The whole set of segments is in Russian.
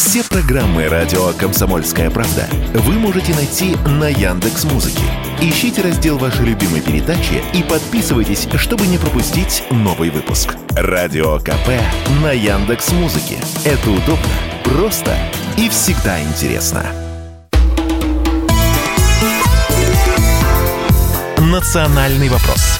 Все программы радио «Комсомольская правда» вы можете найти на Яндекс.Музыке. Ищите раздел вашей любимой передачи и подписывайтесь, чтобы не пропустить новый выпуск. Радио КП на Яндекс.Музыке. Это удобно, просто и всегда интересно. «Национальный вопрос».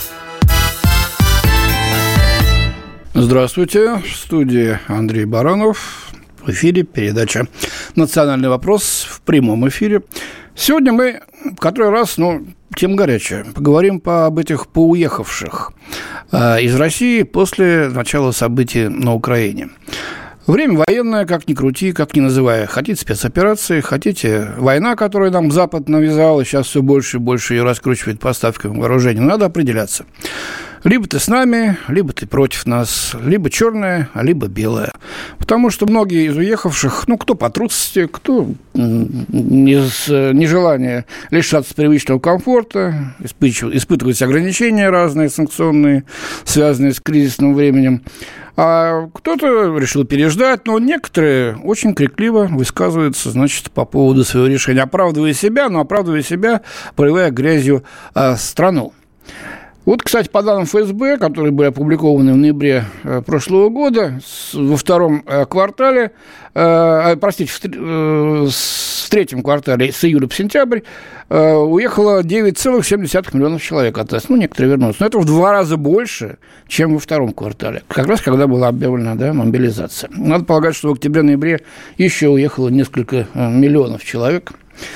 Здравствуйте. В студии Андрей Баранов. В эфире передача «Национальный вопрос» в прямом эфире. Сегодня мы в который раз, тема горячая, поговорим об этих поуехавших из России после начала событий на Украине. Время военное, как ни крути, как ни называй. Хотите спецоперации, хотите война, которую нам Запад навязал, и сейчас все больше и больше ее раскручивает поставками вооружений. Надо определяться. Либо ты с нами, либо ты против нас, либо черное, либо белое. Потому что многие из уехавших, кто по трусости, кто из нежелания лишаться привычного комфорта, испытывать ограничения разные, санкционные, связанные с кризисным временем. А кто-то решил переждать, но некоторые очень крикливо высказываются, по поводу своего решения, оправдывая себя, поливая грязью страну. Вот, кстати, по данным ФСБ, которые были опубликованы в ноябре прошлого года, во втором квартале, в третьем квартале, с июля по сентябрь, уехало 9,7 миллионов человек. То есть, некоторые вернулись. Но это в 2 раза больше, чем во втором квартале. Как раз, когда была объявлена мобилизация. Надо полагать, что в октябре-ноябре еще уехало несколько миллионов человек.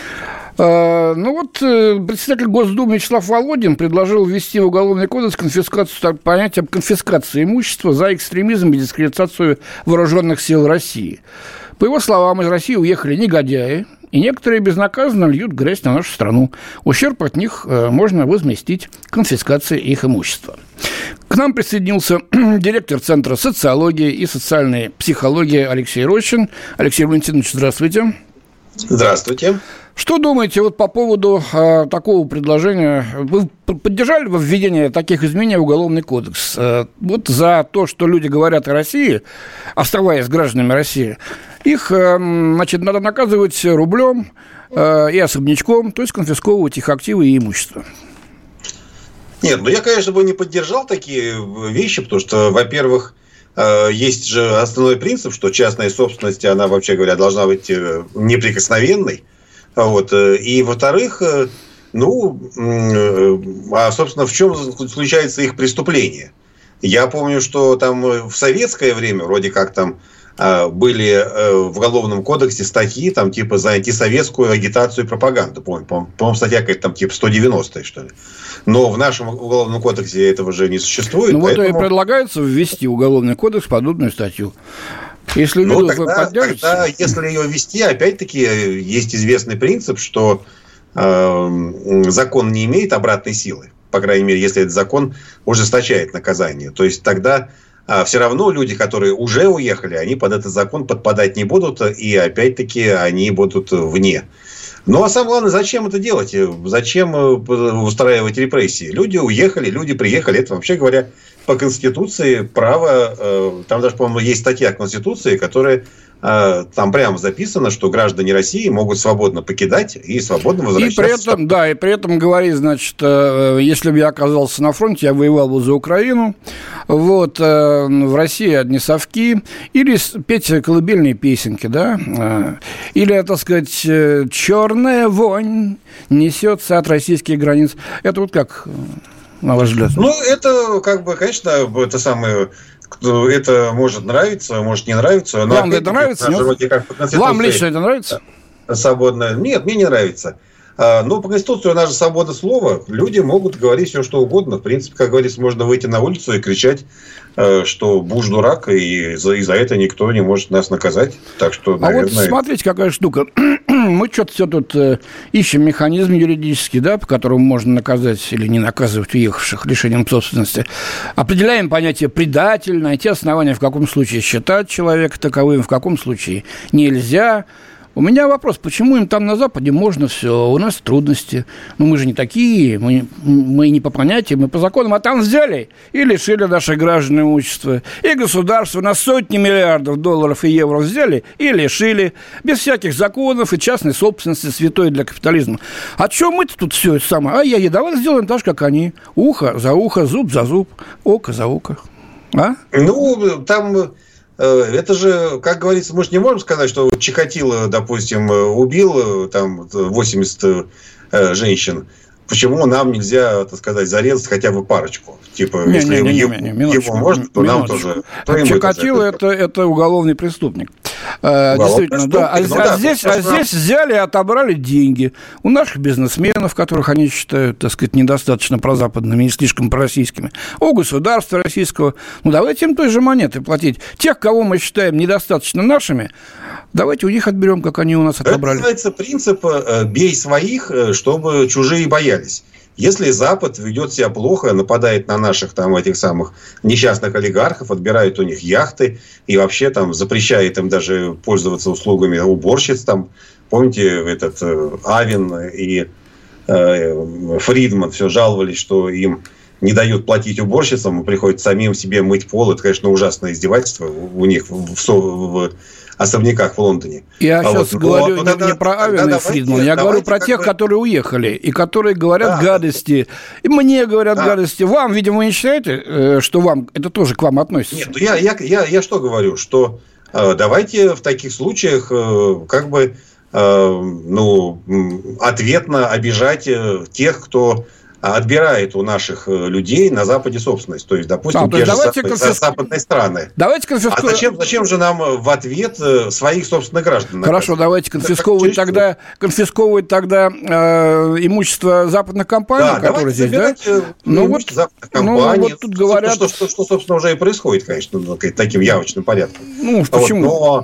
Председатель Госдумы Вячеслав Володин предложил ввести в Уголовный кодекс понятие об конфискации имущества за экстремизм и дискредитацию вооруженных сил России. По его словам, из России уехали негодяи, и некоторые безнаказанно льют грязь на нашу страну. Ущерб от них можно возместить конфискацией их имущества. К нам присоединился директор Центра социологии и социальной психологии Алексей Рощин. Алексей Валентинович, здравствуйте. Здравствуйте. Что думаете по поводу такого предложения? Вы поддержали бы введение таких изменений в Уголовный кодекс? За то, что люди говорят о России, оставаясь гражданами России, их, надо наказывать рублем и особнячком, то есть конфисковывать их активы и имущество. Нет, я, конечно, бы не поддержал такие вещи, потому что, во-первых, есть же основной принцип, что частная собственность, она, вообще говоря, должна быть неприкосновенной. И, во-вторых, собственно, в чем заключается их преступление? Я помню, что там в советское время вроде как там были в Уголовном кодексе статьи за антисоветскую агитацию и пропаганду. По-моему, статья какая-то 190-я, что ли. Но в нашем Уголовном кодексе этого же не существует. И предлагается ввести в Уголовный кодекс подобную статью. Если тогда, если ее ввести, опять-таки, есть известный принцип, что закон не имеет обратной силы. По крайней мере, если этот закон ужесточает наказание. То есть, тогда все равно люди, которые уже уехали, они под этот закон подпадать не будут. И, опять-таки, они будут вне. А самое главное, зачем это делать? Зачем устраивать репрессии? Люди уехали, люди приехали. Это, вообще говоря, по Конституции право... Там даже, по-моему, есть статья Конституции, которая... Там прямо записано, что граждане России могут свободно покидать и свободно возвращаться. И при этом говорит, если бы я оказался на фронте, я воевал бы за Украину. В России одни совки. Или петь колыбельные песенки, да? Или, так сказать, черная вонь несется от российских границ. Это как, на ваш взгляд? Это, конечно, это самое... Это может нравиться, может не нравиться. Но вам это нравится? Вам лично это нравится? Свободно. Нет, мне не нравится. Но по Конституции у нас же свобода слова. Люди могут говорить все, что угодно. В принципе, как говорится, можно выйти на улицу и кричать, что Буш дурак, и за это никто не может нас наказать. Так что, наверное... смотрите, какая штука. Мы что-то все тут ищем механизм юридический, да, по которому можно наказать или не наказывать уехавших лишением собственности. Определяем понятие предатель, найти основания, в каком случае считать человека таковым, в каком случае нельзя. У меня вопрос, почему им там на Западе можно все, у нас трудности. Ну, мы же не такие, мы не по понятиям, мы по законам. А там взяли и лишили наших граждан имущества. И государство на сотни миллиардов долларов и евро взяли и лишили. Без всяких законов и частной собственности, святой для капитализма. А что мы-то тут все это самое? Ай-яй-яй, давай сделаем так же, как они. Ухо за ухо, зуб за зуб, око за око. А? Ну, там... Это же, как говорится, мы же не можем сказать, что Чикатило, допустим, убил там 80 женщин. Почему нам нельзя, так сказать, зарезать хотя бы парочку? Типа, если его можно, то нам тоже... Чикатило – это уголовный преступник. Действительно, да. А здесь взяли и отобрали деньги у наших бизнесменов, которых они считают, так сказать, недостаточно прозападными и слишком пророссийскими, у государства российского. Ну, давайте им той же монеты платить. Тех, кого мы считаем недостаточно нашими, давайте у них отберем, как они у нас отобрали. Это называется принцип «бей своих, чтобы чужие боялись». Если Запад ведет себя плохо, нападает на наших там этих самых несчастных олигархов, отбирает у них яхты и вообще там запрещает им даже пользоваться услугами уборщиц, там, помните, этот Авен и Фридман все жаловались, что им не дают платить уборщицам, и приходится самим себе мыть пол. Это, конечно, ужасное издевательство у них в особняках в Лондоне. Я сейчас говорю не про Авена и Фридмана, я говорю про тех, которые уехали, и которые говорят гадости. И мне говорят гадости. Вам, видимо, вы не считаете, что вам это тоже к вам относится? Нет, я что говорю, что давайте в таких случаях как бы ответно обижать тех, кто отбирает у наших людей на Западе собственность. То есть, допустим, те же западные страны. Давайте зачем же нам в ответ своих собственных граждан? Хорошо, давайте конфисковывать тогда имущество западных компаний, которые здесь, да? Западных компаний. Вот тут говорят... Что, собственно, уже и происходит, конечно, таким явочным порядком. Ну, почему?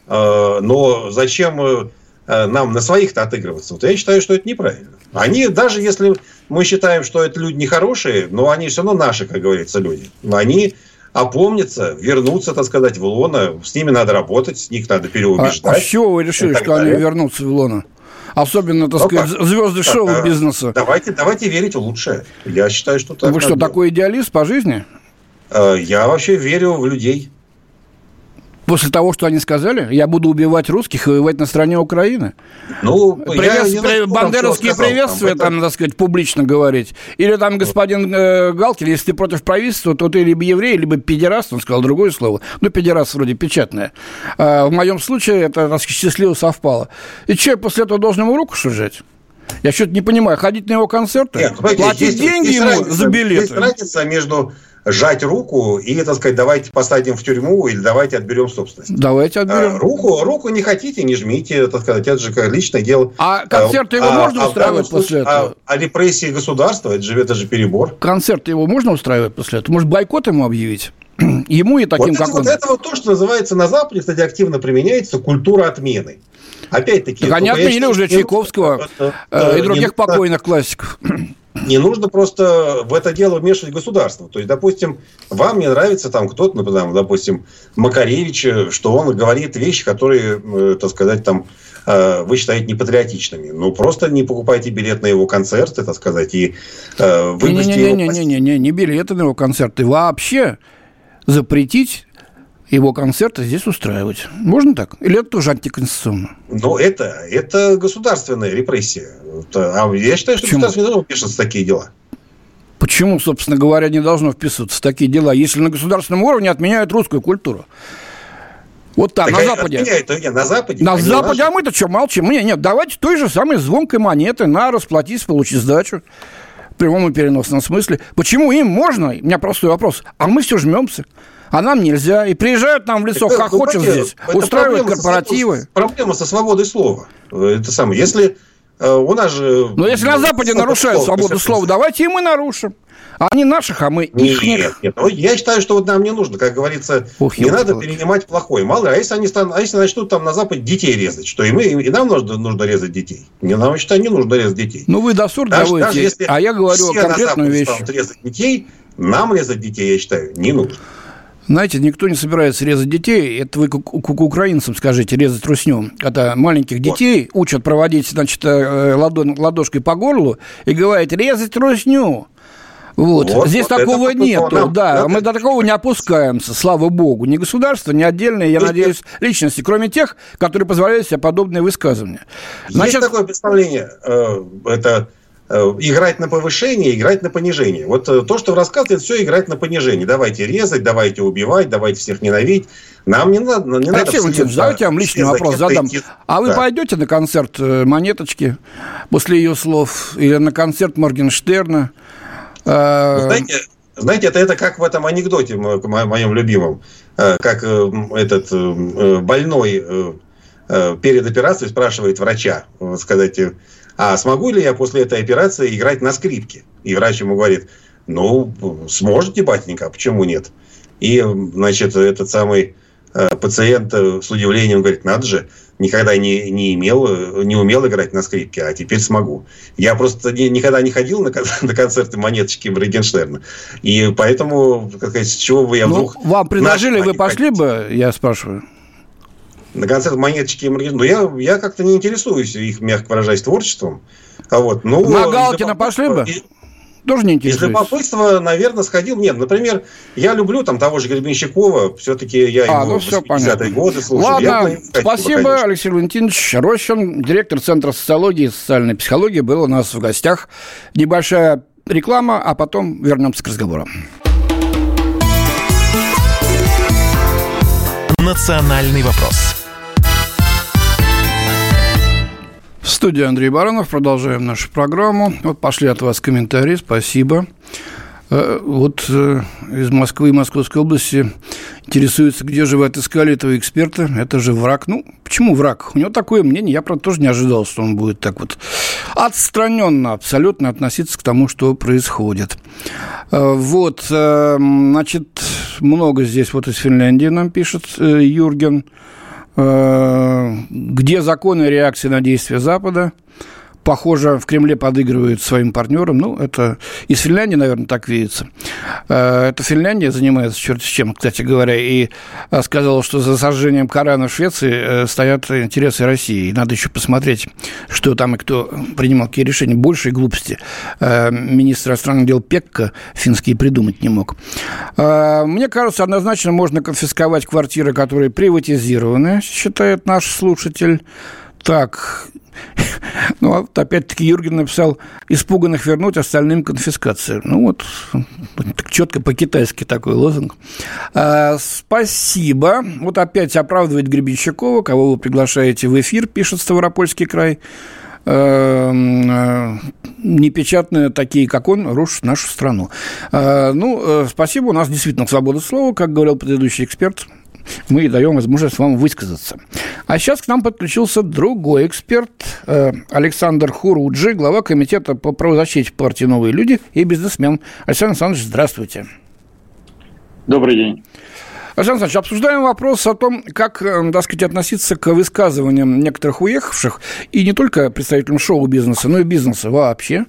Но зачем нам на своих-то отыгрываться? Вот я считаю, что это неправильно. Они, даже если мы считаем, что это люди нехорошие, но они все равно наши, как говорится, люди. Они опомнятся, вернутся, так сказать, в лоно. С ними надо работать, с них надо переубеждать. А с чего вы решили, что они вернутся в лоно? Особенно, так сказать, звезды шоу-бизнеса. Давайте верить в лучшее. Я считаю, что так. Вы что, такой идеалист по жизни? Я вообще верю в людей. После того, что они сказали, я буду убивать русских и воевать на стороне Украины. Бандеровские приветствия, там, так сказать, публично говорить. Или там господин Галкин, если ты против правительства, то ты либо еврей, либо педераст, он сказал другое слово. Ну, педераст вроде печатное. В моем случае это, так сказать, счастливо совпало. И что, я после этого должен ему руку сжать? Я что-то не понимаю. Ходить на его концерты, платить деньги ему за билеты. Есть разница между сжать руку и, так сказать, давайте посадим в тюрьму или давайте отберем собственность. Давайте отберем. Руку не хотите, не жмите, так сказать, это же личное дело. А концерты его можно устраивать после этого? А репрессии государства, это же перебор. Концерты его можно устраивать после этого? Может, бойкот ему объявить? Ему и таким, как он. Это вот то, что называется на Западе, кстати, активно применяется культура отмены. Опять-таки... Так они отменили уже Чайковского и других покойных классиков. Не нужно просто в это дело вмешивать государство. То есть, допустим, вам не нравится там кто-то, допустим, Макаревич, что он говорит вещи, которые, так сказать, там, вы считаете непатриотичными. Ну, просто не покупайте билет на его концерты, так сказать, и выбросьте его... Не билеты на его концерты. Вообще запретить его концерты здесь устраивать. Можно так? Или это тоже антиконституционно? Ну, это государственная репрессия. Я считаю, что государство не должно вписываться в такие дела. Почему, собственно говоря, не должно вписываться в такие дела, если на государственном уровне отменяют русскую культуру? Вот там, на Западе. На Западе. На Западе, а мы-то что, молчим? Нет, давайте той же самой звонкой монеты, расплатись, получи сдачу. В прямом и переносном смысле. Почему им можно? У меня простой вопрос. А мы все жмемся. А нам нельзя. И приезжают нам в лицо, хохочут здесь, устраивают корпоративы. Проблема со свободой слова. Это самое. Если у нас же... Но если на Западе нарушают свободу слова, давайте и мы нарушим. Они наших, а мы их. Нет. Ну, я считаю, что вот нам не нужно, как говорится, не надо перенимать плохое. Мало ли, а если начнут там на Западе детей резать, что и нам нужно резать детей. Нам, я считаю, не нужно резать детей. Ну, вы до сурда доводите, а я говорю конкретную вещь. Резать детей, нам резать детей, я считаю, не нужно. Знаете, никто не собирается резать детей. Это вы к украинцам скажите, резать русню. Это маленьких детей учат проводить, значит, ладошкой по горлу и говорить, резать русню. Вот. Здесь такого нету, мы до такого не опускаемся, слава богу. Ни государство, ни отдельные, я надеюсь, личности, кроме тех, которые позволяют себе подобные высказывания. Есть такое представление, это играть на повышение, играть на понижение. Вот то, что вы рассказываете, все играть на понижение. Давайте резать, давайте убивать, давайте всех ненавидеть. Нам не надо... Алексей Валентинович, давайте я вам личный вопрос задам. А вы пойдете на концерт Монеточки после ее слов? Или на концерт Моргенштерна? Знаете, это как в этом анекдоте моем любимом. Как этот больной перед операцией спрашивает врача, сказать... А смогу ли я после этой операции играть на скрипке? И врач ему говорит, сможете, батенька, почему нет? И, значит, этот самый пациент с удивлением говорит, надо же, никогда не умел играть на скрипке, а теперь смогу. Я просто никогда не ходил на концерты Монеточки Моргенштерна. И поэтому, как сказать, с чего бы я вдруг... Вам предложили, вы пошли бы, я спрашиваю? На концерт Монеточки и Моргенштерна. Я как-то не интересуюсь их, мягко выражаясь, творчеством. На Галкина пошли бы? Тоже не интересуюсь. Из любопытства, наверное, сходил. Нет, например, я люблю того же Гребенщикова. Все-таки я его в 80-е годы слушал. Ладно, спасибо, Алексей Валентинович Рощин, директор Центра социологии и социальной психологии, был у нас в гостях. Небольшая реклама, а потом вернемся к разговору. Национальный вопрос. В студии Андрей Баранов. Продолжаем нашу программу. Вот пошли от вас комментарии. Спасибо. Из Москвы и Московской области интересуются, где же вы отыскали этого эксперта. Это же враг. Почему враг? У него такое мнение. Я, правда, тоже не ожидал, что он будет так отстраненно абсолютно относиться к тому, что происходит. Значит, много здесь из Финляндии нам пишет Юрген. Где законы реакции на действия Запада? Похоже, в Кремле подыгрывают своим партнерам. Это из Финляндии, наверное, так видится. Это Финляндия занимается черт с чем, кстати говоря, и сказала, что за сожжением Корана в Швеции стоят интересы России. И надо еще посмотреть, что там и кто принимал какие решения. Большей глупости министр иностранных дел Пекка финский придумать не мог. Мне кажется, однозначно можно конфисковать квартиры, которые приватизированы, считает наш слушатель. Так, опять-таки Юрген написал, испуганных вернуть, остальным конфискация. Так четко по-китайски такой лозунг. Спасибо. Опять оправдывает Гребенщикова, кого вы приглашаете в эфир, пишет Ставропольский край. Непечатные такие, как он, рушат нашу страну. Спасибо, у нас действительно свобода слова, как говорил предыдущий эксперт. Мы даем возможность вам высказаться. А сейчас к нам подключился другой эксперт, Александр Хуруджи, глава комитета по правозащите партии «Новые люди» и бизнесмен. Александр Александрович, здравствуйте. Добрый день. Александр Александрович, обсуждаем вопрос о том, как, относиться к высказываниям некоторых уехавших, и не только представителям шоу-бизнеса, но и бизнеса вообще,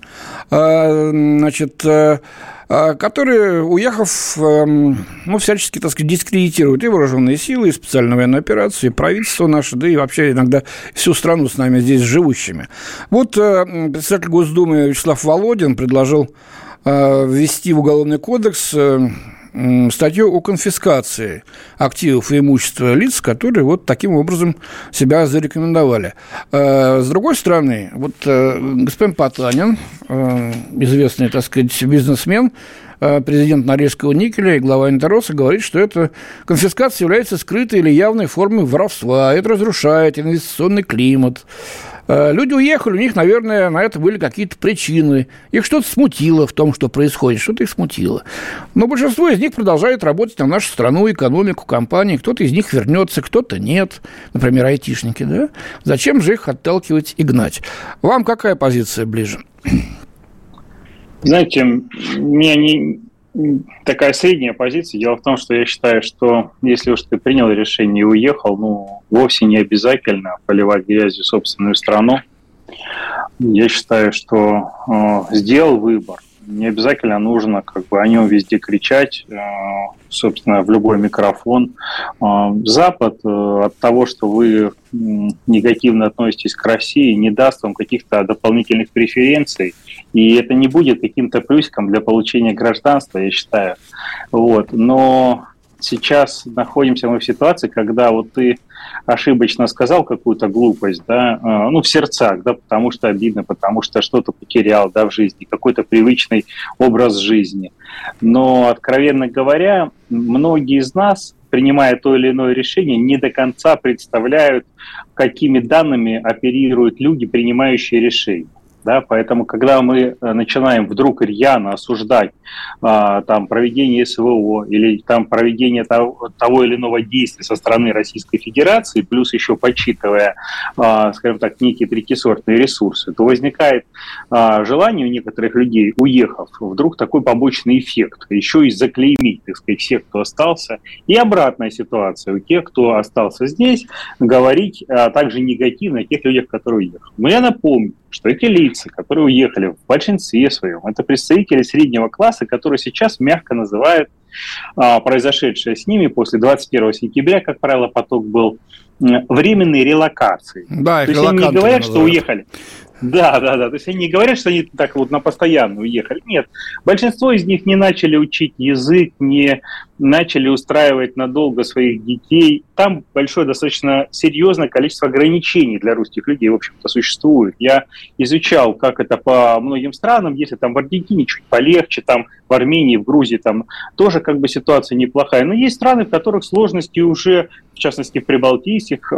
которые, уехав, всячески, дискредитируют и вооруженные силы, и специальную военную операцию, и правительство наше, да и вообще иногда всю страну с нами здесь живущими. Председатель Госдумы Вячеслав Володин предложил ввести в Уголовный кодекс статью о конфискации активов и имущества лиц, которые таким образом себя зарекомендовали. С другой стороны, господин Потанин, известный, бизнесмен, президент Норильского никеля и глава Интероса, говорит, что эта конфискация является скрытой или явной формой воровства, это разрушает инвестиционный климат. Люди уехали, у них, наверное, на это были какие-то причины. Их что-то смутило в том, что происходит, что-то их смутило. Но большинство из них продолжает работать на нашу страну, экономику, компании. Кто-то из них вернется, кто-то нет. Например, айтишники, да? Зачем же их отталкивать и гнать? Вам какая позиция ближе? Знаете, у меня такая средняя позиция. Дело в том, что я считаю, что если уж ты принял решение и уехал, вовсе не обязательно поливать грязью собственную страну. Я считаю, что сделал выбор, не обязательно нужно о нем везде кричать, собственно, в любой микрофон. Запад от того, что вы негативно относитесь к России, не даст вам каких-то дополнительных преференций, и это не будет каким-то плюсиком для получения гражданства, я считаю. Но сейчас находимся мы в ситуации, когда ты ошибочно сказал какую-то глупость, в сердцах, потому что обидно, потому что что-то потерял, в жизни, какой-то привычный образ жизни. Но, откровенно говоря, многие из нас, принимая то или иное решение, не до конца представляют, какими данными оперируют люди, принимающие решения. Поэтому, когда мы начинаем вдруг рьяно осуждать проведение СВО или проведение того или иного действия со стороны Российской Федерации, плюс еще подсчитывая, скажем так, некие третьесортные ресурсы, то возникает желание у некоторых людей, уехав, вдруг такой побочный эффект, еще и заклеймить, так сказать, всех, кто остался, и обратная ситуация у тех, кто остался здесь, говорить также негативно о тех людях, которые уехали. Но я напомню, что эти лица, которые уехали в большинстве своем, это представители среднего класса, которые сейчас мягко называют произошедшее с ними после 21 сентября, как правило, поток был временной релокацией. Да, то есть они не говорят, что уехали. Да. То есть они не говорят, что они так на постоянно уехали. Нет. Большинство из них не начали учить язык, не начали устраивать надолго своих детей. Там большое достаточно серьезное количество ограничений для русских людей, в общем-то, существует. Я изучал, как это по многим странам. Если в Аргентине чуть полегче, в Армении, в Грузии тоже ситуация неплохая. Но есть страны, в которых сложности уже, в частности, в Прибалтийских,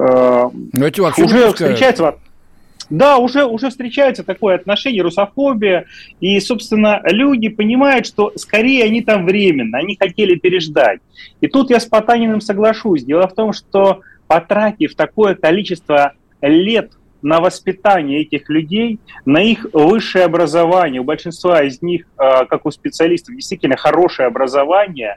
уже встречаются... Да, уже встречается такое отношение, русофобия, и, собственно, люди понимают, что скорее они там временно, они хотели переждать. И тут я с Потаниным соглашусь. Дело в том, что потратив такое количество лет на воспитание этих людей, на их высшее образование, у большинства из них, как у специалистов, действительно хорошее образование,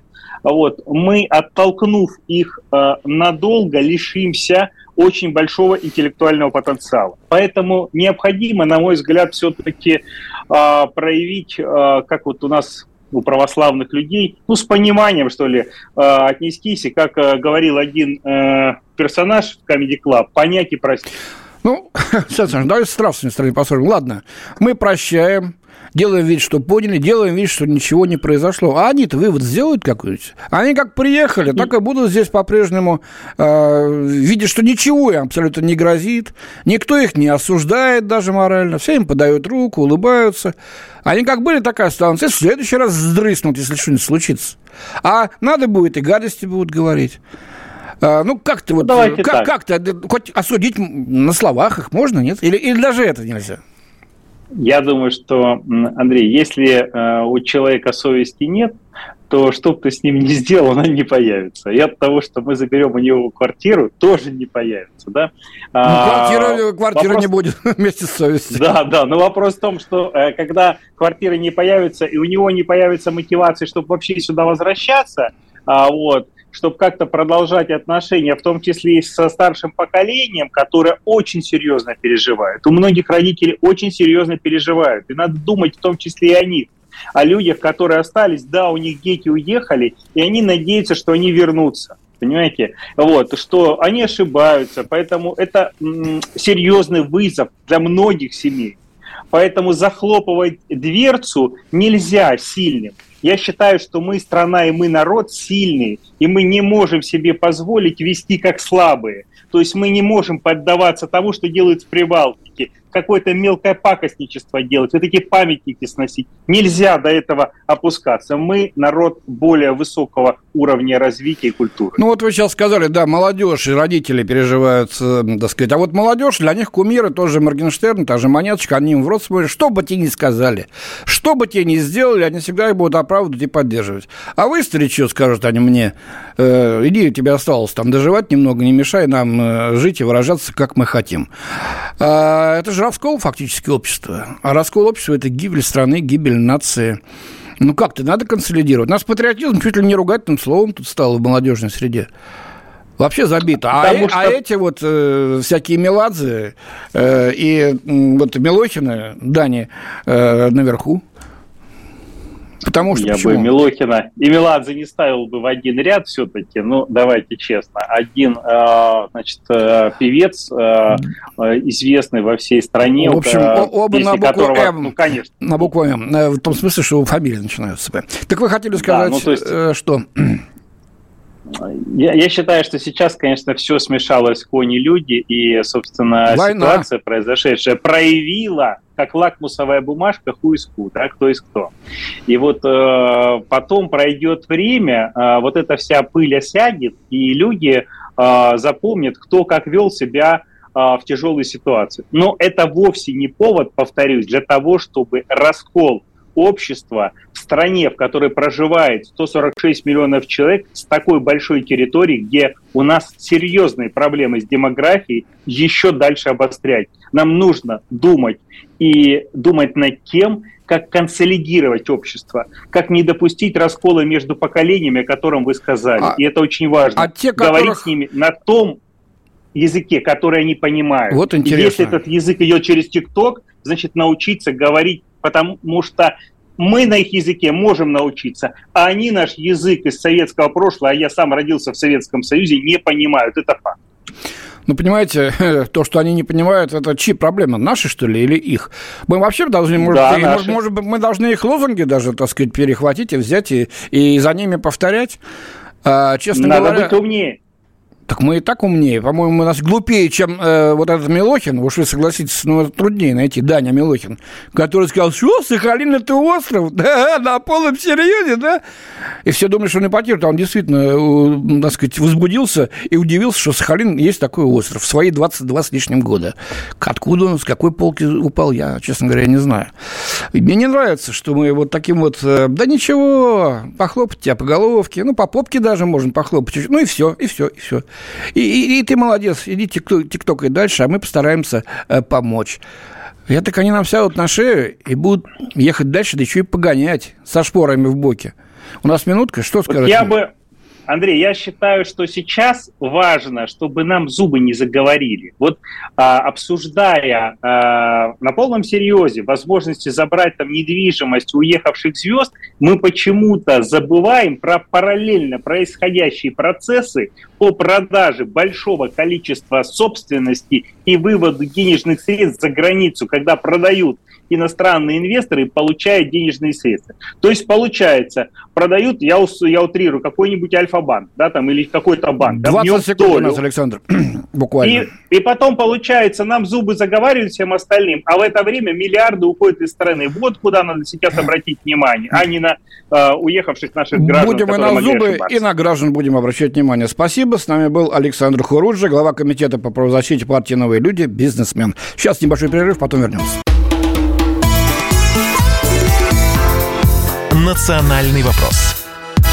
мы, оттолкнув их надолго, лишимся очень большого интеллектуального потенциала. Поэтому необходимо, на мой взгляд, все-таки проявить, как у нас у православных людей, с пониманием, что ли, отнестись, и, как говорил один персонаж в Comedy Club, понять и простить. Александр, давайте с нравственной стороны посмотрим. Ладно, мы прощаем, делаем вид, что поняли, делаем вид, что ничего не произошло. А они-то вывод сделают какой-нибудь? Они как приехали, так и будут здесь по-прежнему, видя, что ничего им абсолютно не грозит, никто их не осуждает даже морально, все им подают руку, улыбаются. Они как были, так и останутся. И в следующий раз сдрыснут, если что-нибудь случится. А надо будет, и гадости будут говорить. Как-то как-то хоть осудить на словах их можно, нет? Или даже это нельзя? Я думаю, что, Андрей, если у человека совести нет, то что бы ты с ним ни сделал, она не появится. И от того, что мы заберем у него квартиру, тоже не появится, да? Квартира не будет вместе с совестью. Да, но вопрос в том, что когда квартира не появится, и у него не появится мотивации, чтобы вообще сюда возвращаться, чтобы как-то продолжать отношения, в том числе и со старшим поколением, которое очень серьезно переживает. У многих родителей очень серьезно переживают. И надо думать в том числе и о них. О людях, которые остались, да, у них дети уехали, и они надеются, что они вернутся. Понимаете? Что они ошибаются. Поэтому это серьезный вызов для многих семей. Поэтому захлопывать дверцу нельзя сильным. Я считаю, что мы страна и мы народ сильный, и мы не можем себе позволить вести как слабые. То есть мы не можем поддаваться тому, что делают в Прибалтике, какое-то мелкое пакостничество делать, вот эти памятники сносить. Нельзя до этого опускаться. Мы народ более высокого уровня развития и культуры. Вы сейчас сказали, да, молодежь и родители переживают, так сказать. А молодежь, для них кумиры, тоже Моргенштерн, та же Монеточка, они им в рот смотрят, что бы те ни сказали, что бы те ни сделали, они всегда их будут оправдывать и поддерживать. А вы, старичок, скажут они мне, иди, тебе осталось там доживать немного, не мешай нам жить и выражаться, как мы хотим. Это же раскол фактически общества. А раскол общества – это гибель страны, гибель нации. Как-то надо консолидировать. Нас патриотизм чуть ли не ругательным словом тут стало в молодежной среде. Вообще забито. Эти всякие Меладзе и Милохины, Дани наверху. Потому что я бы Милохина и Меладзе не ставил бы в один ряд все-таки, ну, давайте честно. Один, значит, певец, известный во всей стране. В общем, оба на букву которого, М. Ну, конечно. На букву М. В том смысле, что фамилии начинаются с П. Так вы хотели сказать, да, ну, то есть, что... Я считаю, что сейчас, конечно, все смешалось, кони-люди, и, собственно, ситуация, произошедшая, проявила, как лакмусовая бумажка, who is who, да, кто из кто. И вот потом пройдет время, вот эта вся пыль осядет, и люди запомнят, кто как вел себя в тяжелой ситуации. Но это вовсе не повод, повторюсь, для того, чтобы раскол общества в стране, в которой проживает 146 миллионов человек, с такой большой территорией, где у нас серьезные проблемы с демографией, еще дальше обострять. Нам нужно думать и думать над тем, как консолидировать общество, как не допустить раскола между поколениями, о котором вы сказали. И это очень важно. Говорить с ними на том языке, который они понимают. Вот интересно. Если этот язык идет через ТикТок, значит, научиться говорить, потому что мы на их языке можем научиться, а они наш язык из советского прошлого, а я сам родился в Советском Союзе, не понимают. Это факт. Ну, понимаете, то, что они не понимают, это чьи проблемы? Наши, что ли, или их? Мы вообще должны, может быть, мы должны их лозунги даже, так сказать, перехватить и взять, и за ними повторять. Честно говоря... Надо быть умнее. Так мы и так умнее. По-моему, у нас глупее, чем вот этот Милохин. Уж вы согласитесь, ну, труднее найти Даня Милохин, который сказал, что Сахалин – это остров, да, на полном серьезе, да. И все думали, что он ипотеку. Он действительно, так сказать, возбудился и удивился, что Сахалин есть такой остров в свои 22 с лишним года. Откуда он, с какой полки упал, я, честно говоря, не знаю. И мне не нравится, что мы вот таким вот, да ничего, похлопать тебя по головке, ну, по попке даже можно похлопать, ну, и все, и все, и все. И ты молодец, иди тиктокай дальше, а мы постараемся помочь. И так они нам сядут на шею и будут ехать дальше, да еще и погонять со шпорами в боке. У нас минутка, что сказать? Андрей, я считаю, что сейчас важно, чтобы нам зубы не заговорили. Вот обсуждая на полном серьезе возможности забрать там недвижимость у уехавших звезд, мы почему-то забываем про параллельно происходящие процессы по продаже большого количества собственности и выводу денежных средств за границу, когда продают иностранные инвесторы, получают денежные средства. То есть, получается, продают, я утрирую, какой-нибудь Альфа-банк, да, там, или какой-то банк. 20 секунд у нас, Александр, буквально. И потом, получается, нам зубы заговаривают всем остальным, а в это время миллиарды уходят из страны. Вот куда надо сейчас обратить внимание, а не на уехавших наших граждан. Будем и на зубы, и на граждан будем обращать внимание. Спасибо. С нами был Александр Хуруджи, глава комитета по правозащите партии «Новые люди», бизнесмен. Сейчас небольшой перерыв, потом вернемся. «Национальный вопрос».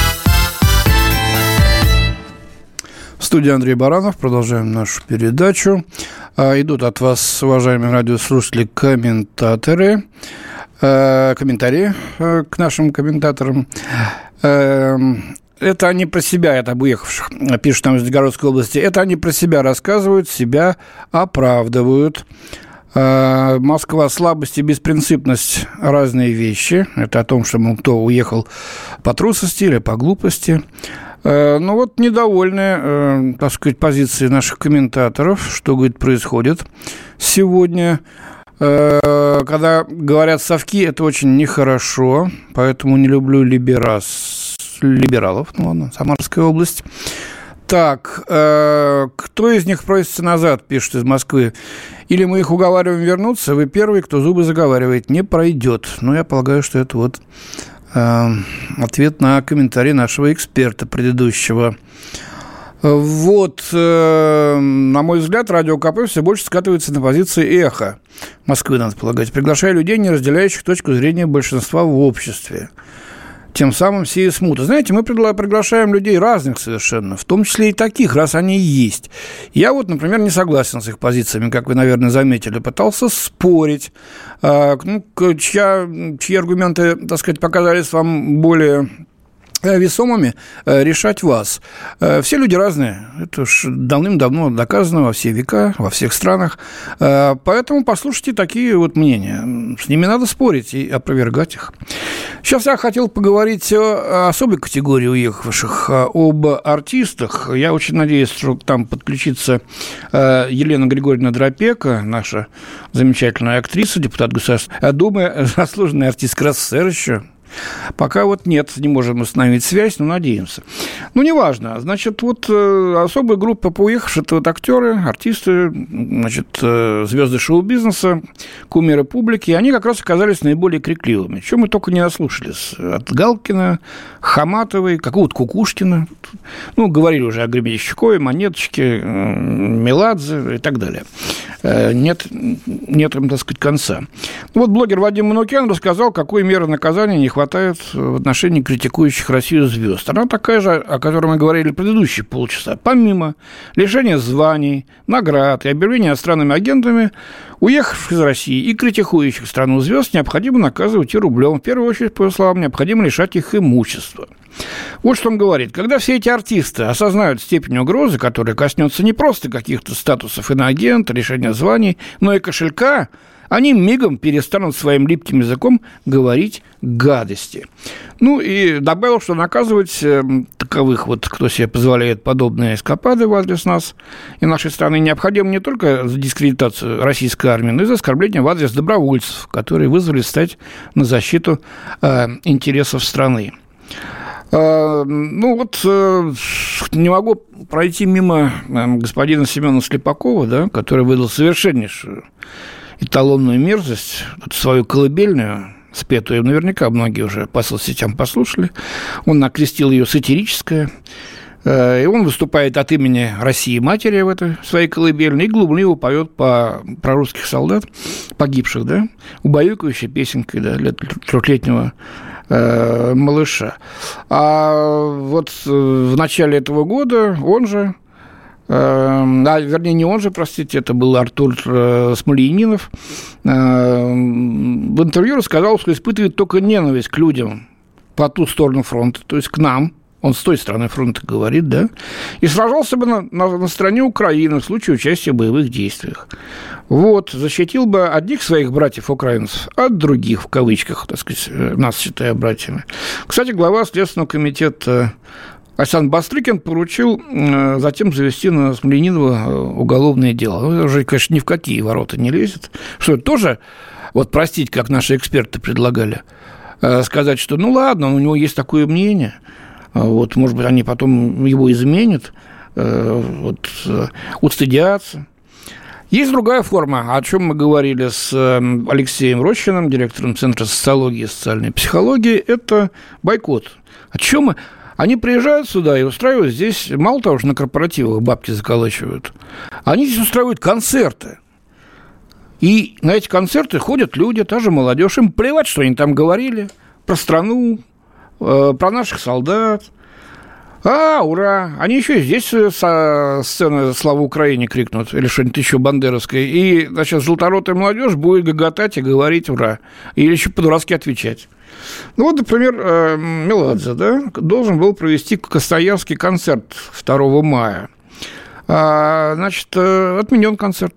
В студии Андрей Баранов. Продолжаем нашу передачу. Идут от вас, уважаемые радиослушатели, комментарии к нашим комментаторам. Это они про себя, это об уехавших, пишут там из Нижегородской области. Это они про себя рассказывают, себя оправдывают. Москва, слабость и беспринципность – разные вещи. Это о том, что, мол, кто уехал по трусости или по глупости. Ну вот недовольны, так сказать, позиции наших комментаторов, что, говорит, происходит сегодня. Когда говорят совки, это очень нехорошо, поэтому не люблю либералов, ну ладно, Самарская область. Так, кто из них просится назад, пишет из Москвы. Или мы их уговариваем вернуться, вы первый, кто зубы заговаривает, не пройдет. Ну, я полагаю, что это вот ответ на комментарий нашего эксперта предыдущего. Вот, на мой взгляд, Радио КП все больше скатывается на позиции эхо Москвы, надо полагать, приглашая людей, не разделяющих точку зрения большинства в обществе. Тем самым сея смута. Знаете, мы приглашаем людей разных совершенно, в том числе и таких, раз они и есть. Я вот, например, не согласен с их позициями, как вы, наверное, заметили, пытался спорить. Чьи аргументы, так сказать, показались вам более весомыми решать вас. Все люди разные. Это уж давным-давно доказано во все века, во всех странах. Поэтому послушайте такие вот мнения. С ними надо спорить и опровергать их. Сейчас я хотел поговорить о особой категории уехавших, об артистах. Я очень надеюсь, что там подключится Елена Григорьевна Дропека, наша замечательная актриса, депутат Государственной Думы, заслуженный артист РСФСР еще. Пока вот нет, не можем установить связь, но надеемся. Ну, неважно. Значит, вот особая группа поуехавших, это вот актеры, артисты, значит, звезды шоу-бизнеса, кумиры публики, они как раз оказались наиболее крикливыми. Чего мы только не наслушались. От Галкина, Хаматовой, какого-то Кукушкина. Ну, говорили уже о Гребенщикове, Монеточке, Меладзе и так далее. Нет им, так сказать, конца. Ну, вот блогер Вадим Манукян рассказал, какой меры наказания не хватает в отношении критикующих Россию звезд. Она такая же, о которой мы говорили предыдущие полчаса. Помимо лишения званий, наград и объявления иностранными агентами, уехавших из России и критикующих страну звезд необходимо наказывать и рублем. В первую очередь, по его словам, необходимо лишать их имущества. Вот что он говорит. Когда все эти артисты осознают степень угрозы, которая коснется не просто каких-то статусов иноагента, лишения званий, но и кошелька, они мигом перестанут своим липким языком говорить гадости. Ну, и добавил, что наказывать таковых вот, кто себе позволяет подобные эскапады в адрес нас и нашей страны, необходимо не только за дискредитацию российской армии, но и за оскорбление в адрес добровольцев, которые вызвали стать на защиту интересов страны. Ну, вот не могу пройти мимо господина Семена Слепакова, да, который выдал совершеннейшую эталонную мерзость, свою колыбельную, спетую, наверняка многие уже по соцсетям послушали. Он окрестил ее сатирическое, и он выступает от имени России-матери в этой своей колыбельной и глумливо поет про русских солдат, погибших, да, убаюкивающей песенкой, да, для трехлетнего малыша. А вот в начале этого года он же, вернее, не он же, простите, это был Артур Смольянинов, в интервью рассказал, что испытывает только ненависть к людям по ту сторону фронта, то есть к нам. Он с той стороны фронта говорит, да, и сражался бы на стороне Украины в случае участия в боевых действиях. Вот, защитил бы одних своих братьев-украинцев от других, в кавычках, так сказать, нас считая братьями. Кстати, глава Следственного комитета Александр Бастрыкин поручил затем завести на Смольянинова уголовное дело. Ну, уже, конечно, ни в какие ворота не лезет. Что, тоже, вот простить, как наши эксперты предлагали, сказать, что ну ладно, у него есть такое мнение, вот, может быть, они потом его изменят, вот, устыдятся. Есть другая форма, о чем мы говорили с Алексеем Рощиным, директором Центра социологии и социальной психологии, это бойкот. О чем мы? Они приезжают сюда и устраивают здесь, мало того, что на корпоративах бабки заколачивают, они здесь устраивают концерты. И на эти концерты ходят люди, та же молодежь, им плевать, что они там говорили про страну, про наших солдат. Ура! Они еще и здесь со сцены «Слава Украине» крикнут, или что-нибудь еще бандеровское. И, значит, желторотая молодежь будет гоготать и говорить «Ура!» Или еще по-дурацки отвечать. Ну, вот, например, Меладзе, да, должен был провести Костоярский концерт 2 мая. Значит, отменен концерт.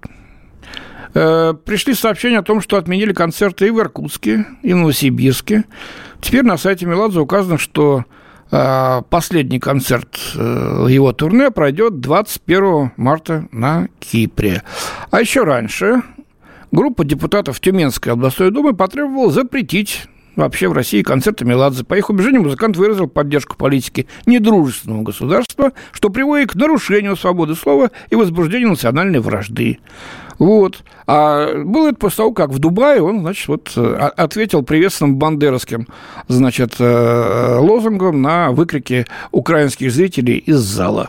Пришли сообщения о том, что отменили концерты и в Иркутске, и в Новосибирске. Теперь на сайте Меладзе указано, что последний концерт его турне пройдет 21 марта на Кипре. А еще раньше группа депутатов Тюменской областной думы потребовала запретить вообще в России концерты Меладзе. По их убеждению, музыкант выразил поддержку политики недружественного государства, что приводит к нарушению свободы слова и возбуждению национальной вражды. Вот. А было это после того, как в Дубае он, значит, вот ответил приветственным бандеровским, значит, лозунгом на выкрики украинских зрителей из зала.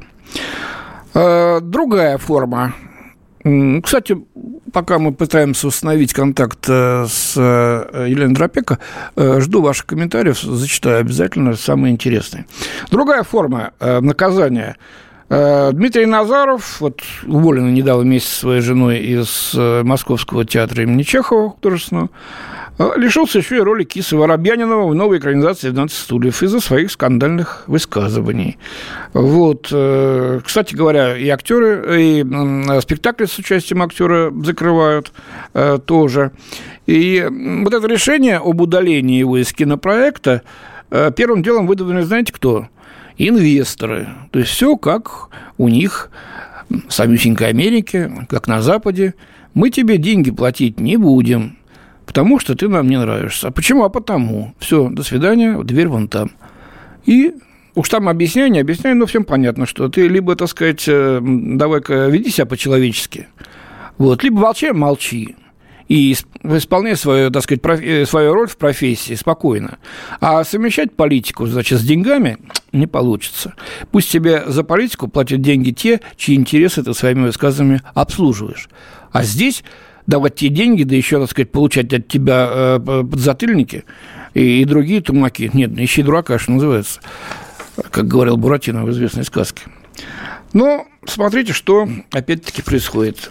Другая форма. Кстати, пока мы пытаемся установить контакт с Еленой Дропеко, жду ваших комментариев, зачитаю обязательно самые интересные. Другая форма наказания. Дмитрий Назаров, вот уволенный недавно вместе со своей женой из Московского театра имени Чехова художественного, лишился еще и роли Кисы Воробьянинова в новой экранизации «12 стульев» из-за своих скандальных высказываний. Вот. Кстати говоря, и актеры, и спектакли с участием актера закрывают тоже. И вот это решение об удалении его из кинопроекта первым делом выдвинули, знаете, кто? Инвесторы. То есть все как у них в самюсенькой Америке, как на Западе. Мы тебе деньги платить не будем, потому что ты нам не нравишься. А почему? А потому. Все, до свидания, дверь вон там. И уж там объясняй, не объясняй, но всем понятно, что ты либо, так сказать, давай-ка веди себя по-человечески, вот, либо молчи. И исполняй свою, так сказать, свою роль в профессии спокойно. А совмещать политику, значит, с деньгами не получится. Пусть тебе за политику платят деньги те, чьи интересы ты своими высказываниями обслуживаешь. А здесь давать тебе деньги, да еще, так сказать, получать от тебя подзатыльники и другие тумаки. Нет, ищи дурака, что называется, как говорил Буратино в известной сказке. Но смотрите, что опять-таки происходит.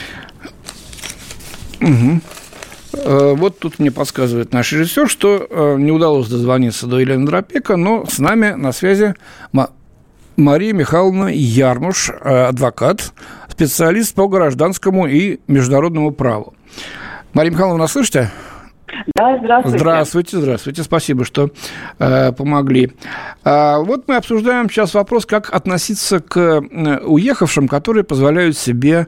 Угу. Вот тут мне подсказывает наш режиссер, что не удалось дозвониться до Елены Дропека, но с нами на связи Мария Михайловна Ярмуш, адвокат, специалист по гражданскому и международному праву. Мария Михайловна, слышите? Да, здравствуйте. Здравствуйте, спасибо, что помогли. Вот мы обсуждаем сейчас вопрос, как относиться к уехавшим, которые позволяют себе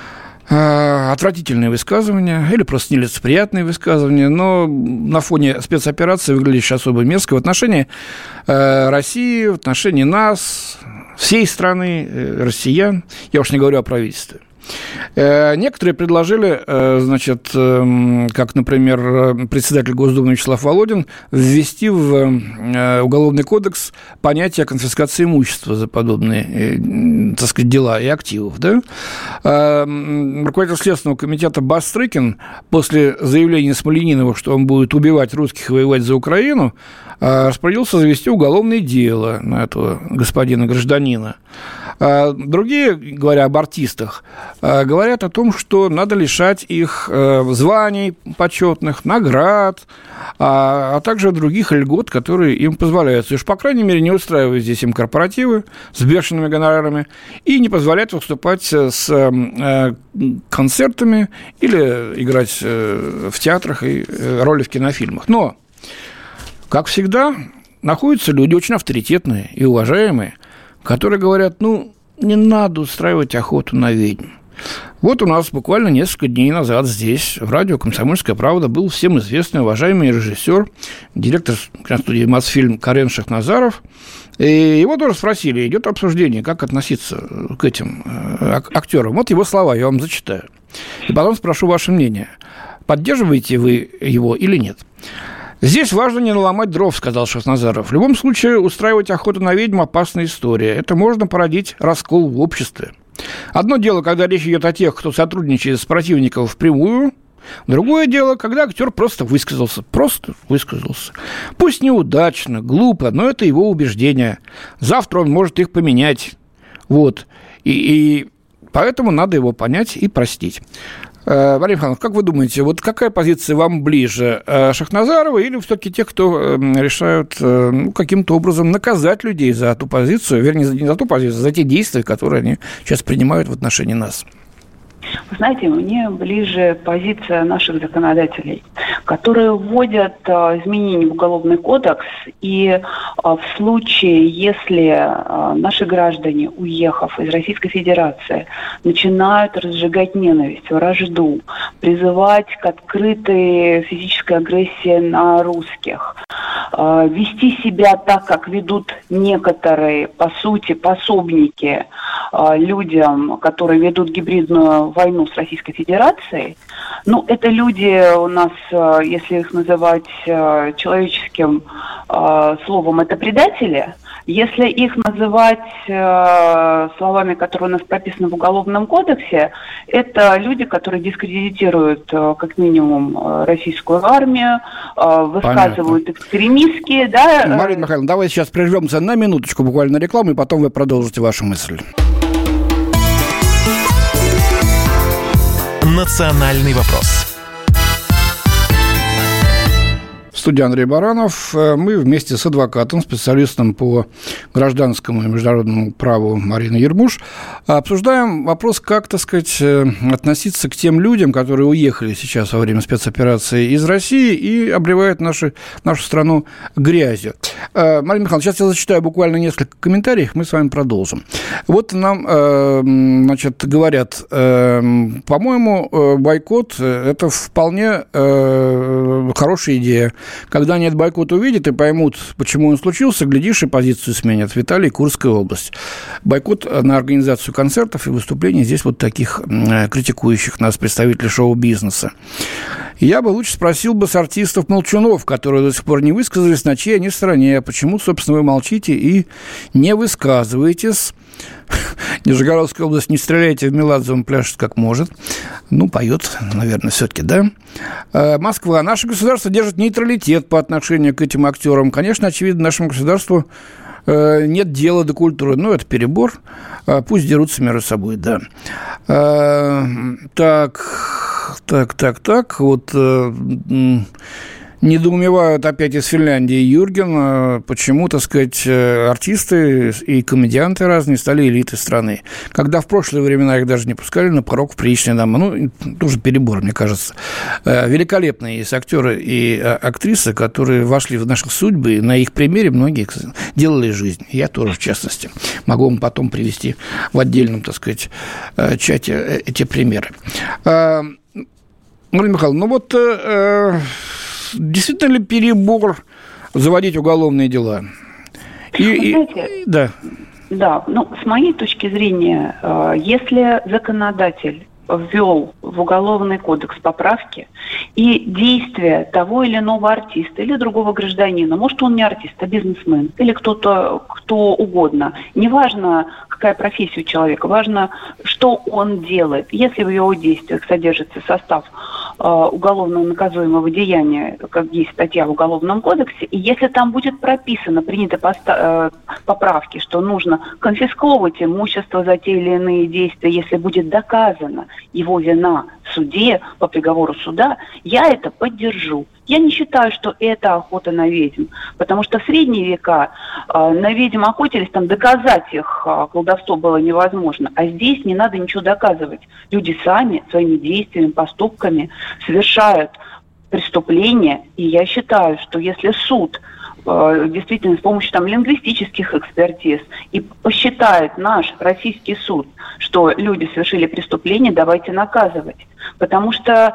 отвратительные высказывания или просто нелицеприятные высказывания, но на фоне спецоперации выглядящие особо мерзко в отношении России, в отношении нас, всей страны, россиян. Я уж не говорю о правительстве. Некоторые предложили, значит, как, например, председатель Госдумы Вячеслав Володин, ввести в Уголовный кодекс понятие конфискации имущества за подобные, так сказать, дела и активов. Да? Руководитель Следственного комитета Бастрыкин после заявления Смольянинова, что он будет убивать русских и воевать за Украину, распорядился завести уголовное дело на этого гражданина. Другие, говоря об артистах, говорят о том, что надо лишать их званий почетных, наград, а также других льгот, которые им позволяются. И уж, по крайней мере, не устраивать здесь им корпоративы с бешеными гонорарами и не позволять выступать с концертами или играть в театрах и роли в кинофильмах. Но, как всегда, находятся люди очень авторитетные и уважаемые, которые говорят, не надо устраивать охоту на ведьм. Вот у нас буквально несколько дней назад здесь, в радио «Комсомольская правда», был всем известный, уважаемый режиссер, директор киностудии «Мосфильм» Карен Шахназаров. И его тоже спросили, идет обсуждение, как относиться к этим актерам. Вот его слова, я вам зачитаю. И потом спрошу ваше мнение. Поддерживаете вы его или нет? «Здесь важно не наломать дров», — сказал Шахназаров. «В любом случае, устраивать охоту на ведьм — опасная история. Это можно породить раскол в обществе. Одно дело, когда речь идет о тех, кто сотрудничает с противником впрямую. Другое дело, когда актер просто высказался. Пусть неудачно, глупо, но это его убеждение. Завтра он может их поменять. Вот. И поэтому надо его понять и простить». Мария Михайловна, как вы думаете, вот какая позиция вам ближе, Шахназарова или все-таки тех, кто решают каким-то образом наказать людей за ту позицию, вернее, не за ту позицию, за те действия, которые они сейчас принимают в отношении нас? Вы знаете, мне ближе позиция наших законодателей, которые вводят изменения в Уголовный кодекс, и в случае, если наши граждане, уехав из Российской Федерации, начинают разжигать ненависть, вражду, призывать к открытой физической агрессии на русских, вести себя так, как ведут некоторые, по сути, пособники людям, которые ведут гибридную войну с Российской Федерацией. Это люди у нас, если их называть человеческим словом, это предатели. Если их называть словами, которые у нас прописаны в Уголовном кодексе, это люди, которые дискредитируют как минимум российскую армию, высказывают экстремистские. Да? Мария Михайловна, давайте сейчас прервемся на минуточку буквально на рекламу, и потом вы продолжите вашу мысль. «Национальный вопрос». студии Андрей Баранов. Мы вместе с адвокатом, специалистом по гражданскому и международному праву Мариной Ермуш обсуждаем вопрос, как, так сказать, относиться к тем людям, которые уехали сейчас во время спецоперации из России и обливают нашу страну грязью. Марина Михайловна, сейчас я зачитаю буквально несколько комментариев, мы с вами продолжим. Вот нам, значит, говорят, по-моему, бойкот – это вполне хорошая идея. Когда они этот бойкот увидят и поймут, почему он случился, глядишь, и позицию сменят. Виталий, Курская область. Бойкот на организацию концертов и выступлений здесь вот таких критикующих нас представителей шоу-бизнеса. Я бы лучше спросил бы с артистов-молчунов, которые до сих пор не высказались, на чьей они стороне. Почему, собственно, вы молчите и не высказываетесь? Нижегородская область, не стреляйте в Меладзе, он пляшет как может. Ну, поет, наверное, все-таки, да? Москва. Наше государство держит нейтралитет по отношению к этим актерам. Конечно, очевидно, нашему государству нет дела до культуры. Ну, это перебор. Пусть дерутся между собой, да. Так. Вот... Недоумевают опять из Финляндии Юрген, почему, так сказать, артисты и комедианты разные стали элитой страны. Когда в прошлые времена их даже не пускали на порог в приличные дома. Ну, тоже перебор, мне кажется. Великолепные есть актеры и актрисы, которые вошли в наши судьбы, и на их примере многие делали жизнь. Я тоже, в частности. Могу вам потом привести в отдельном, так сказать, чате эти примеры. Марина Михайловна, ну вот... Действительно ли перебор заводить уголовные дела? Да, ну, с моей точки зрения, если законодатель ввел в Уголовный кодекс поправки, и действия того или иного артиста или другого гражданина, может, он не артист, а бизнесмен, или кто угодно, неважно, какая профессия у человека, важно, что он делает. Если в его действиях содержится состав уголовно наказуемого деяния, как есть статья в Уголовном кодексе, и если там будет прописано, приняты поправки, что нужно конфисковывать имущество за те или иные действия, если будет доказана его вина в суде, по приговору суда, я это поддержу. Я не считаю, что это охота на ведьм, потому что в средние века на ведьм охотились, там доказать их колдовство было невозможно, а здесь не надо ничего доказывать. Люди сами своими действиями, поступками совершают преступления, и я считаю, что если суд действительно с помощью там лингвистических экспертиз и посчитает наш российский суд, что люди совершили преступление, давайте наказывать. Потому что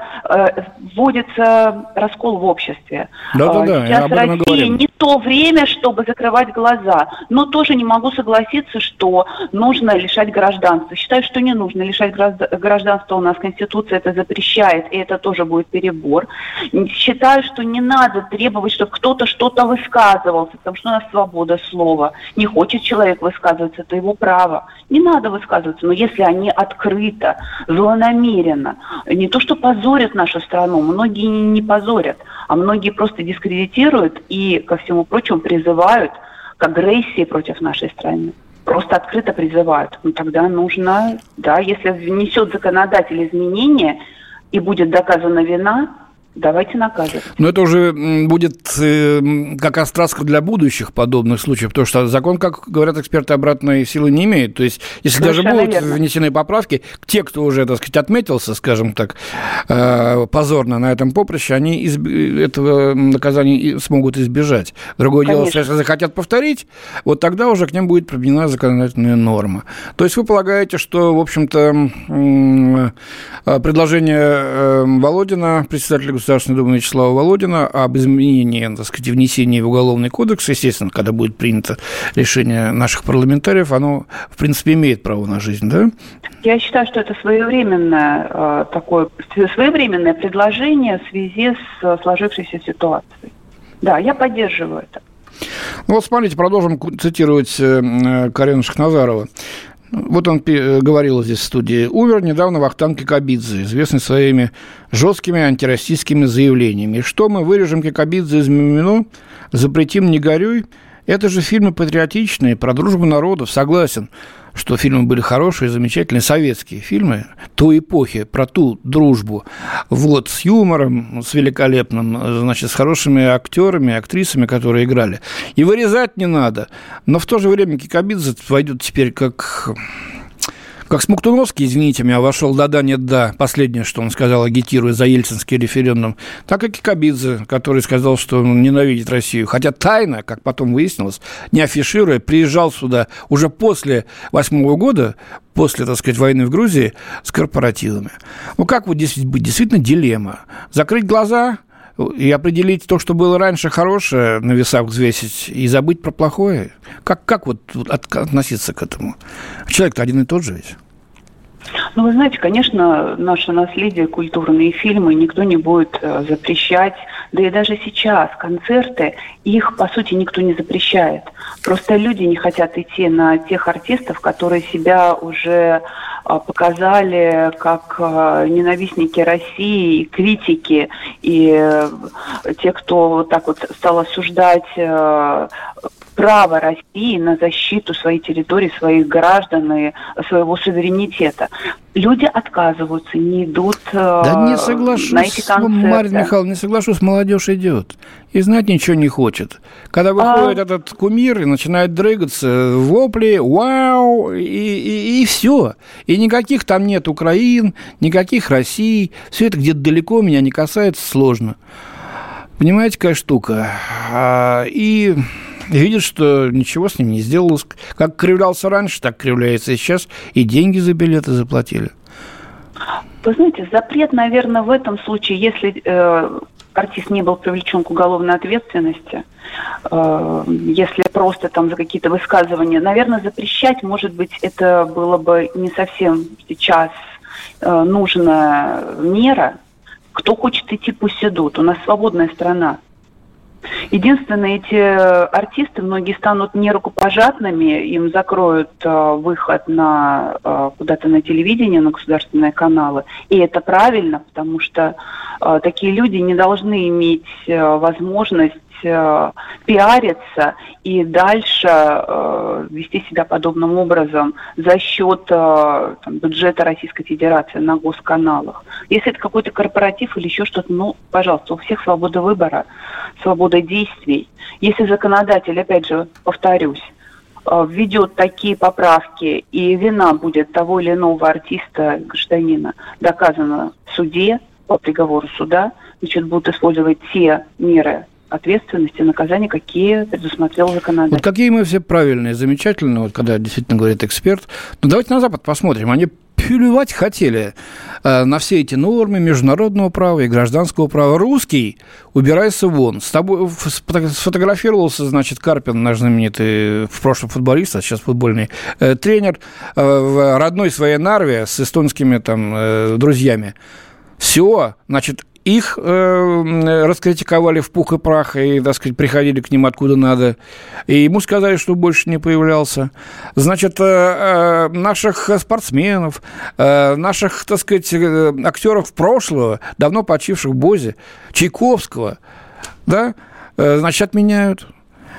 вводится раскол в обществе. Сейчас Россия не то время, чтобы закрывать глаза, но тоже не могу согласиться, что нужно лишать гражданства. Считаю, что не нужно лишать гражданства, у нас Конституция это запрещает, и это тоже будет перебор. Считаю, что не надо требовать, чтобы кто-то что-то высказывался, потому что у нас свобода слова. Не хочет человек высказываться, это его право. Не надо высказываться, но если они открыто, злонамеренно, не то что позорят нашу страну, многие не позорят, а многие просто дискредитируют и, ко всему прочему, призывают к агрессии против нашей страны. Просто открыто призывают. Ну, тогда нужно, да, если внесет законодатель изменения и будет доказана вина, давайте наказывать. Но это уже будет как острастка для будущих подобных случаев, потому что закон, как говорят эксперты, обратной силы не имеет. То есть, если совершенно даже будут внесены поправки, те, кто уже, так сказать, отметился, скажем так, позорно на этом поприще, они этого наказания смогут избежать. Другое дело, если захотят повторить, вот тогда уже к ним будет применена законодательная норма. То есть, вы полагаете, что, в общем-то, предложение Володина, председателя Государственной Думы Вячеслава Володина, об изменении, так сказать, внесении в Уголовный кодекс, естественно, когда будет принято решение наших парламентариев, оно, в принципе, имеет право на жизнь, да? Я считаю, что это своевременное предложение в связи с сложившейся ситуацией. Да, я поддерживаю это. Ну вот смотрите, продолжим цитировать Карину Шахназарова. Вот он говорил здесь в студии. Умер недавно Вахтанг Кикабидзе, известный своими жесткими антироссийскими заявлениями. И что мы вырежем Кикабидзе из «Мимино», запретим «Не горюй»? Это же фильмы патриотичные, про дружбу народов, согласен. что фильмы были хорошие, замечательные, советские фильмы той эпохи, про ту дружбу, вот, с юмором, с великолепным, значит, с хорошими актерами, актрисами, которые играли. И вырезать не надо. Но в то же время Кикабидзе войдет теперь как Смоктуновский, извините меня, вошел «да-да, нет-да», последнее, что он сказал, агитируя за ельцинский референдум, так и Кикабидзе, который сказал, что он ненавидит Россию. Хотя тайно, как потом выяснилось, не афишируя, приезжал сюда уже после 2008 года, после, так сказать, войны в Грузии, с корпоративами. Ну, как вот здесь быть? Действительно дилемма. Закрыть глаза и определить то, что было раньше хорошее, на весах взвесить, и забыть про плохое? Как вот относиться к этому? Человек-то один и тот же ведь. Ну, вы знаете, конечно, наше наследие, культурные фильмы никто не будет запрещать. Да и даже сейчас концерты, их, по сути, никто не запрещает. Просто люди не хотят идти на тех артистов, которые себя уже показали как ненавистники России, и критики, и те, кто вот так вот стал осуждать право России на защиту своей территории, своих граждан и своего суверенитета. Люди отказываются, не идут да не соглашусь, на эти концерты. Марья Михайловна, не соглашусь, молодежь идет. И знать ничего не хочет. Когда выходит этот кумир и начинает дрыгаться, вопли, вау, и все. И никаких там нет Украин, никаких России. Все это где-то далеко, меня не касается, сложно. Понимаете, какая штука? И видит, что ничего с ним не сделалось. Как кривлялся раньше, так кривляется и сейчас. И деньги за билеты заплатили. Вы знаете, запрет, наверное, в этом случае, если артист не был привлечен к уголовной ответственности, если просто там за какие-то высказывания, наверное, запрещать, может быть, это было бы не совсем сейчас нужная мера. Кто хочет идти, пусть идут. У нас свободная страна. Единственное, эти артисты, многие станут нерукопожатными, им закроют выход куда-то на телевидение, на государственные каналы. И это правильно, потому что такие люди не должны иметь возможность пиариться и дальше вести себя подобным образом за счет бюджета Российской Федерации на госканалах. Если это какой-то корпоратив или еще что-то, ну, пожалуйста, у всех свобода выбора, свобода действий. Если законодатель, опять же, повторюсь, введет такие поправки, и вина будет того или иного артиста, гражданина, доказана в суде, по приговору суда, значит, будут использовать те меры ответственности, наказания, какие предусмотрел законодатель. Вот какие мы все правильные, замечательные, вот когда действительно говорит эксперт. Но давайте на Запад посмотрим. Они плевать хотели на все эти нормы международного права и гражданского права. Русский, убирайся вон. С тобой сфотографировался, значит, Карпин, наш знаменитый в прошлом футболист, а сейчас футбольный тренер, в родной своей Нарве с эстонскими там друзьями. Все, значит, их раскритиковали в пух и прах, и, так сказать, приходили к ним откуда надо. И ему сказали, что больше не появлялся. Значит, наших спортсменов, наших, так сказать, актеров прошлого, давно почивших в Бозе, Чайковского, да, значит, отменяют.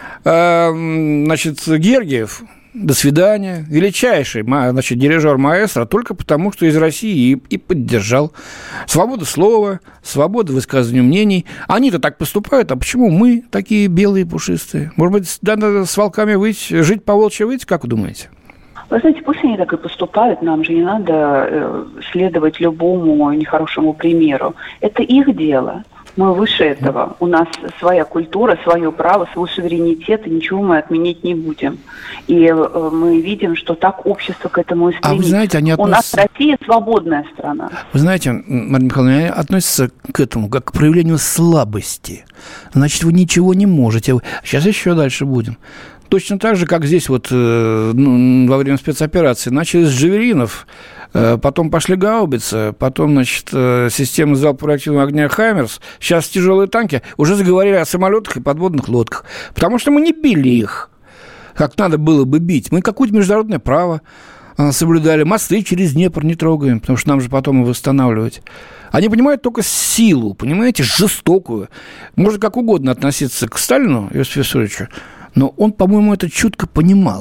Значит, Гергиев, до свидания. Величайший, значит, дирижер-маэстро только потому, что из России и поддержал. Свобода слова, свобода высказывания мнений. Они-то так поступают, а почему мы такие белые пушистые? Может быть, надо с волками выйти, жить по-волчьи выйти, как вы думаете? Вы знаете, пусть они так и поступают, нам же не надо следовать любому нехорошему примеру. Это их дело. Мы выше этого. У нас своя культура, свое право, свой суверенитет, и ничего мы отменить не будем. И мы видим, что так общество к этому и стремится. А вы знаете, они относятся... У нас Россия свободная страна. Вы знаете, Марья Михайловна, они относятся к этому как к проявлению слабости. Значит, вы ничего не можете. Сейчас еще дальше будем. Точно так же, как здесь вот во время спецоперации начали с джавелинов, потом пошли гаубицы, потом, значит, системы залпового реактивного огня «Хаймерс», сейчас тяжелые танки, уже заговорили о самолетах и подводных лодках, потому что мы не били их, как надо было бы бить. Мы какое-то международное право соблюдали, мосты через Днепр не трогаем, потому что нам же потом и восстанавливать. Они понимают только силу, понимаете, жестокую. Можно как угодно относиться к Сталину, Иосифу Виссарионовичу, но он, по-моему, это чутко понимал.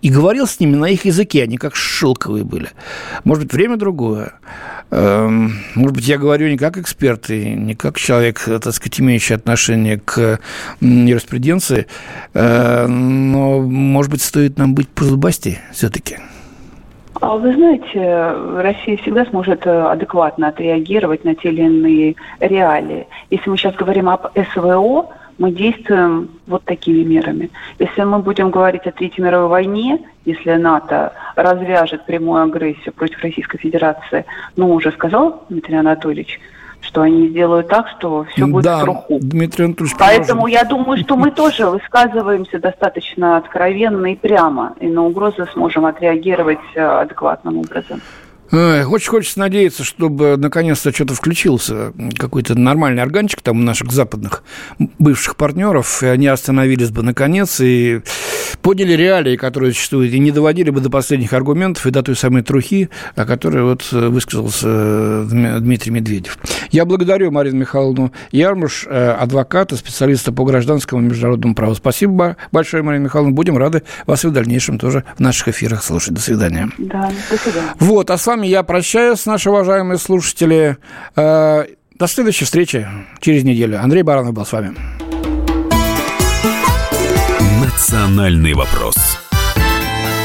и говорил с ними на их языке, они как шелковые были. Может быть, время другое. Может быть, я говорю не как эксперт и не как человек, так сказать, имеющий отношение к юриспруденции, но, может быть, стоит нам быть позубастей все-таки. Вы знаете, Россия всегда сможет адекватно отреагировать на те или иные реалии. Если мы сейчас говорим об СВО, мы действуем вот такими мерами. Если мы будем говорить о Третьей мировой войне, если НАТО развяжет прямую агрессию против Российской Федерации, уже сказал Дмитрий Анатольевич, что они сделают так, что все будет в труху. Дмитрий Анатольевич, поэтому я думаю, что мы тоже высказываемся достаточно откровенно и прямо, и на угрозы сможем отреагировать адекватным образом. Очень хочется надеяться, чтобы наконец-то что-то включился, какой-то нормальный органчик там у наших западных бывших партнеров, и они остановились бы наконец и поняли реалии, которые существуют, и не доводили бы до последних аргументов и до той самой трухи, о которой вот высказался Дмитрий Медведев. Я благодарю Марину Михайловну Ярмуш, адвоката, специалиста по гражданскому и международному праву. Спасибо большое, Марина Михайловна. Будем рады вас и в дальнейшем тоже в наших эфирах слушать. До свидания. Да, до свидания. Вот, а с вами я прощаюсь, наши уважаемые слушатели. До следующей встречи через неделю. Андрей Баранов был с вами. Национальный вопрос.